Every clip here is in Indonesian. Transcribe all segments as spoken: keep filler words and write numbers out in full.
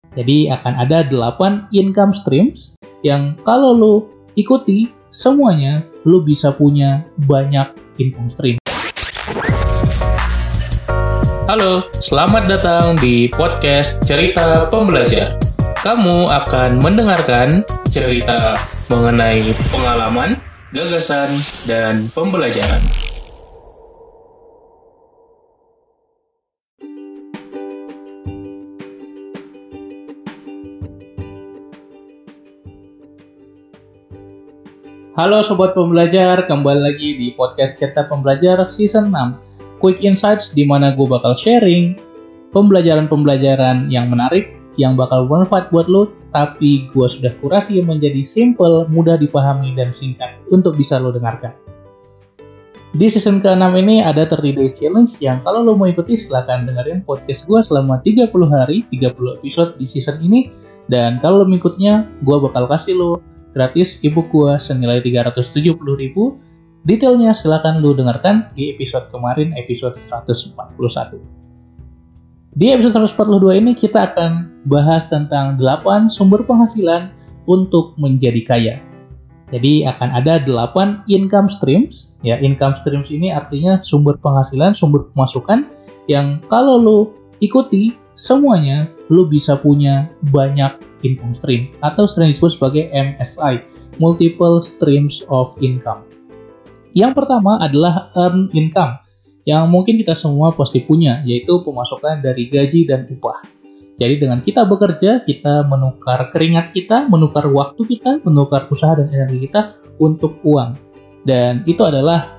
Jadi akan ada delapan income streams yang kalau lo ikuti semuanya, lo bisa punya banyak income stream. Halo, selamat datang di podcast Cerita Pembelajar. Kamu akan mendengarkan cerita mengenai pengalaman, gagasan, dan pembelajaran. Halo Sobat Pembelajar, kembali lagi di podcast Cerita Pembelajar Season enam. Quick Insights di mana gue bakal sharing pembelajaran-pembelajaran yang menarik, yang bakal bermanfaat buat lo, tapi gue sudah kurasi menjadi simple, mudah dipahami, dan singkat untuk bisa lo dengarkan. Di season keenam ini ada tiga puluh days challenge yang kalau lo mau ikuti silahkan dengerin podcast gue selama tiga puluh hari, tiga puluh episode di season ini. Dan kalau lo mengikutnya, gue bakal kasih lo gratis ebook gue senilai tiga ratus tujuh puluh ribu. Detailnya silakan lu dengarkan di episode kemarin, episode seratus empat puluh satu. Di episode seratus empat puluh dua ini kita akan bahas tentang delapan sumber penghasilan untuk menjadi kaya. Jadi akan ada delapan income streams. Ya, income streams ini artinya sumber penghasilan, sumber pemasukan yang kalau lu ikuti semuanya, lu bisa punya banyak income stream atau sering disebut sebagai M S I, Multiple Streams of Income. Yang pertama adalah earn income, yang mungkin kita semua pasti punya, yaitu pemasukan dari gaji dan upah. Jadi dengan kita bekerja, kita menukar keringat kita, menukar waktu kita, menukar usaha dan energi kita untuk uang. Dan itu adalah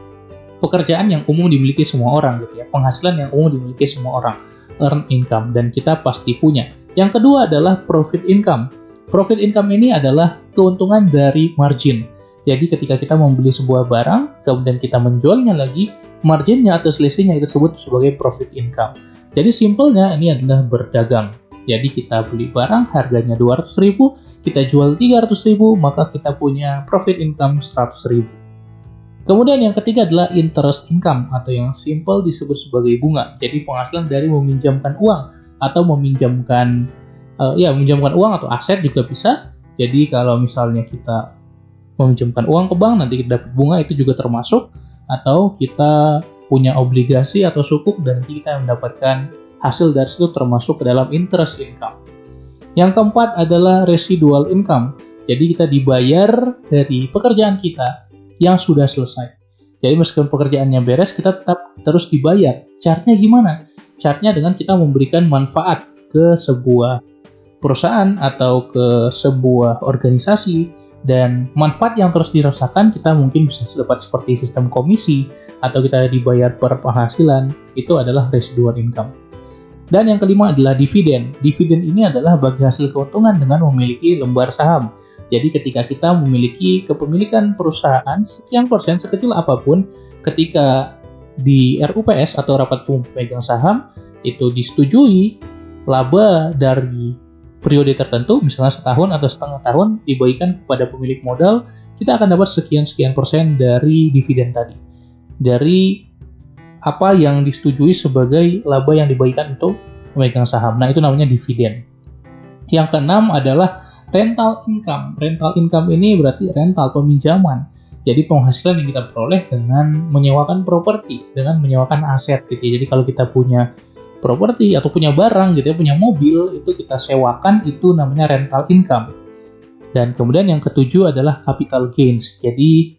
pekerjaan yang umum dimiliki semua orang, gitu ya. Penghasilan yang umum dimiliki semua orang, earn income, dan kita pasti punya. Yang kedua adalah profit income. Profit income ini adalah keuntungan dari margin. Jadi ketika kita membeli sebuah barang, kemudian kita menjualnya lagi, marginnya atau selisihnya itu disebut sebagai profit income. Jadi simpelnya ini adalah berdagang. Jadi kita beli barang harganya dua ratus ribu, kita jual tiga ratus ribu, maka kita punya profit income seratus ribu. Kemudian yang ketiga adalah interest income atau yang simple disebut sebagai bunga. Jadi penghasilan dari meminjamkan uang atau meminjamkan uh, ya meminjamkan uang atau aset juga bisa. Jadi kalau misalnya kita meminjamkan uang ke bank nanti kita dapat bunga, itu juga termasuk. Atau kita punya obligasi atau sukuk dan nanti kita mendapatkan hasil dari situ, termasuk ke dalam interest income. Yang keempat adalah residual income. Jadi kita dibayar dari pekerjaan kita yang sudah selesai. Jadi meskipun pekerjaannya beres, kita tetap terus dibayar. Caranya gimana? Caranya dengan kita memberikan manfaat ke sebuah perusahaan atau ke sebuah organisasi, dan manfaat yang terus dirasakan kita mungkin bisa dapat seperti sistem komisi atau kita dibayar per penghasilan. Itu adalah residual income. Dan yang kelima adalah dividen. Dividen ini adalah bagi hasil keuntungan dengan memiliki lembar saham. Jadi ketika kita memiliki kepemilikan perusahaan sekian persen, sekecil apapun, ketika di R U P S atau rapat umum pemegang saham itu disetujui, laba dari periode tertentu, misalnya setahun atau setengah tahun, dibagikan kepada pemilik modal, kita akan dapat sekian-sekian persen dari dividen tadi. Dari apa yang disetujui sebagai laba yang dibagikan untuk pemegang saham. Nah, itu namanya dividen. Yang keenam adalah rental income. Rental income ini berarti rental, peminjaman. Jadi penghasilan yang kita peroleh dengan menyewakan properti, dengan menyewakan aset gitu. Jadi kalau kita punya properti atau punya barang gitu ya, punya mobil, itu kita sewakan, itu namanya rental income. Dan kemudian yang ketujuh adalah capital gains. Jadi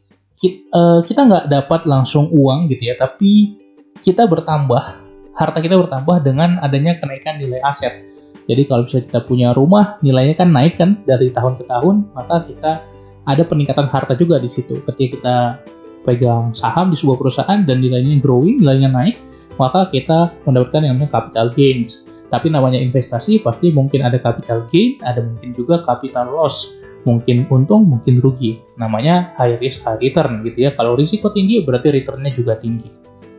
kita nggak dapat langsung uang gitu ya, tapi kita bertambah, harta kita bertambah dengan adanya kenaikan nilai aset. Jadi kalau bisa kita punya rumah, nilainya kan naik kan dari tahun ke tahun, maka kita ada peningkatan harta juga di situ. Ketika kita pegang saham di sebuah perusahaan dan nilainya growing, nilainya naik, maka kita mendapatkan yang namanya capital gains. Tapi namanya investasi pasti mungkin ada capital gain, ada mungkin juga capital loss. Mungkin untung, mungkin rugi. Namanya high risk, high return gitu ya. Kalau risiko tinggi berarti returnnya juga tinggi.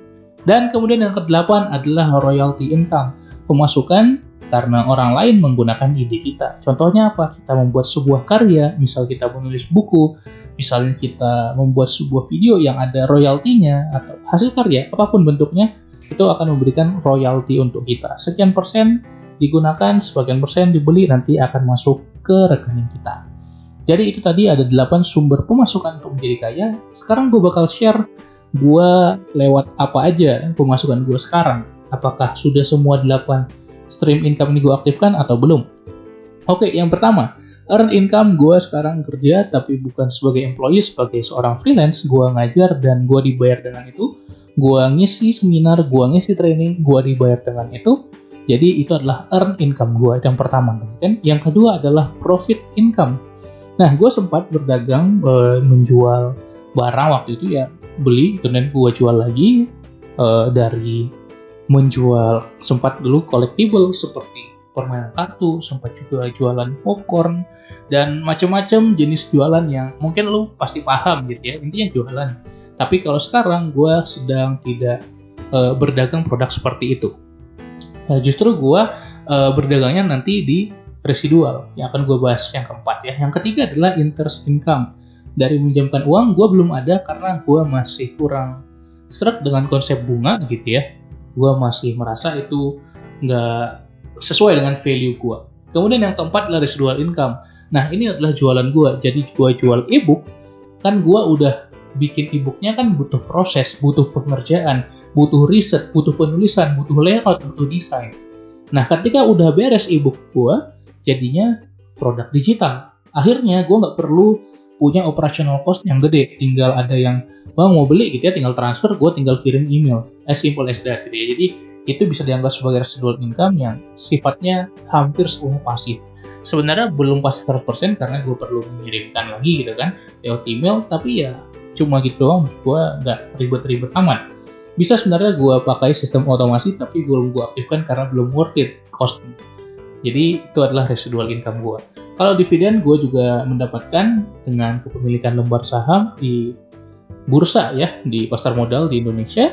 Dan kemudian yang kedelapan adalah royalty income. Pemasukan karena orang lain menggunakan ide kita. Contohnya apa? Kita membuat sebuah karya, misal kita menulis buku, misalnya kita membuat sebuah video yang ada royaltinya, atau hasil karya, apapun bentuknya, itu akan memberikan royalti untuk kita. Sekian persen digunakan, sebagian persen dibeli, nanti akan masuk ke rekening kita. Jadi itu tadi ada delapan sumber pemasukan untuk menjadi kaya. Sekarang gue bakal share gue lewat apa aja pemasukan gue sekarang. Apakah sudah semua delapan stream income ini gue aktifkan atau belum? Oke, yang pertama, earn income. Gue sekarang kerja tapi bukan sebagai employee, sebagai seorang freelance. Gue ngajar dan gue dibayar dengan itu. Gue ngisi seminar, gue ngisi training, gue dibayar dengan itu. Jadi itu adalah earn income gue, itu yang pertama. Kan? Yang kedua adalah profit income. Nah, gue sempat berdagang, e, menjual barang waktu itu ya, beli, kemudian gue jual lagi, e, dari menjual, sempat dulu collectible seperti permainan kartu, sempat juga jualan popcorn, dan macam-macam jenis jualan yang mungkin lu pasti paham gitu ya, intinya jualan. Tapi kalau sekarang gue sedang tidak e, berdagang produk seperti itu. Nah, justru gue e, berdagangnya nanti di residual, yang akan gue bahas yang keempat ya. Yang ketiga adalah interest income. Dari meminjamkan uang, gue belum ada karena gue masih kurang sreg dengan konsep bunga gitu ya. Gue masih merasa itu nggak sesuai dengan value gue. Kemudian yang keempat adalah residual income. Nah, ini adalah jualan gue. Jadi gue jual ebook, kan gue udah bikin ebooknya kan butuh proses, butuh pengerjaan, butuh riset, butuh penulisan, butuh layout, butuh desain. Nah, ketika udah beres ebook gue, jadinya produk digital. Akhirnya gue nggak perlu punya operational cost yang gede. Tinggal ada yang bang mau beli gitu ya, tinggal transfer, gue tinggal kirim email. As simple as that gitu ya. Jadi itu bisa dianggap sebagai residual income yang sifatnya hampir sepenuhnya pasif. Sebenarnya belum pasti seratus persen karena gue perlu mengirimkan lagi gitu kan lewat email, tapi ya cuma gitu doang, gue nggak ribet-ribet amat. Bisa sebenarnya gue pakai sistem otomasi, tapi belum gue aktifkan karena belum worth it cost. Jadi itu adalah residual income gue. Kalau dividen gue juga mendapatkan dengan kepemilikan lembar saham di bursa ya, di pasar modal di Indonesia.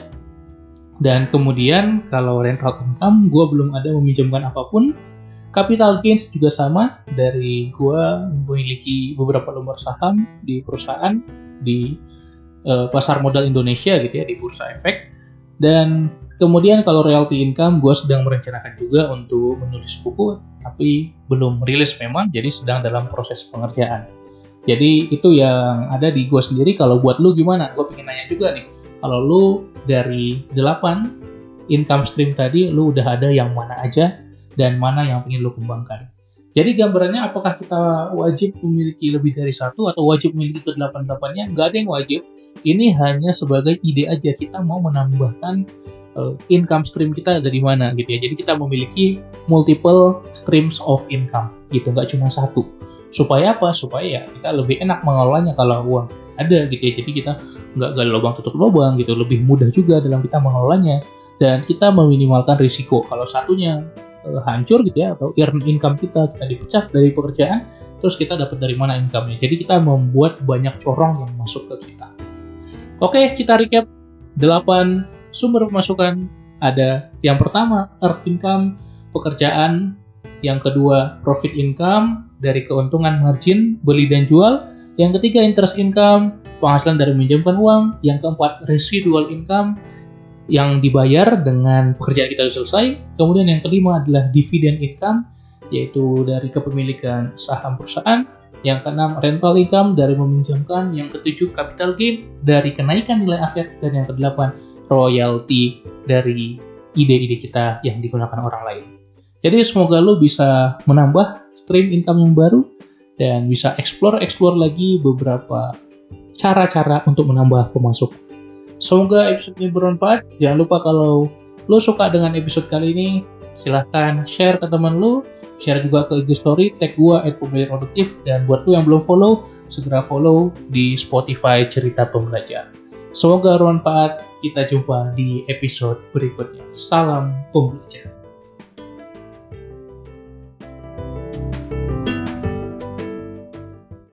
Dan kemudian kalau rental income gue belum ada meminjamkan apapun. Capital gains juga sama, dari gue memiliki beberapa lembar saham di perusahaan di uh, pasar modal Indonesia gitu ya, di Bursa Efek. Dan kemudian kalau royalty income, gue sedang merencanakan juga untuk menulis buku, tapi belum rilis memang, jadi sedang dalam proses pengerjaan. Jadi itu yang ada di gue sendiri. Kalau buat lu gimana? Gue pengen nanya juga nih, kalau lu dari delapan income stream tadi, lu udah ada yang mana aja, dan mana yang ingin lu kembangkan. Jadi gambarannya, apakah kita wajib memiliki lebih dari satu atau wajib memiliki ke delapan-delapannya? Nggak ada yang wajib. Ini hanya sebagai ide aja, kita mau menambahkan uh, income stream kita dari mana gitu ya. Jadi kita memiliki multiple streams of income gitu, nggak cuma satu. Supaya apa? Supaya ya kita lebih enak mengelolanya kalau uang ada gitu ya. Jadi kita nggak gali lubang tutup lubang gitu, lebih mudah juga dalam kita mengelolanya. Dan kita meminimalkan risiko. Kalau satunya hancur gitu ya, atau earn income kita, kita dipecat dari pekerjaan, terus kita dapat dari mana income-nya. Jadi kita membuat banyak corong yang masuk ke kita. Oke, kita recap delapan sumber pemasukan. Ada yang pertama, earn income, pekerjaan. Yang kedua, profit income, dari keuntungan margin, beli dan jual. Yang ketiga, interest income, penghasilan dari meminjamkan uang. Yang keempat, residual income, yang dibayar dengan pekerjaan kita sudah selesai. Kemudian yang kelima adalah dividend income, yaitu dari kepemilikan saham perusahaan. Yang keenam, rental income, dari meminjamkan. Yang ketujuh, capital gain, dari kenaikan nilai aset. Dan yang kedelapan, royalty, dari ide-ide kita yang digunakan orang lain. Jadi semoga lo bisa menambah stream income yang baru dan bisa explore-explore lagi beberapa cara-cara untuk menambah pemasukan. Semoga episode ini bermanfaat. Jangan lupa kalau lo suka dengan episode kali ini, silahkan share ke teman lo, share juga ke I G Story, tag gue at pembelajar produktif, dan buat lo yang belum follow, segera follow di Spotify Cerita Pembelajar. Semoga bermanfaat. Kita jumpa di episode berikutnya. Salam pembelajar.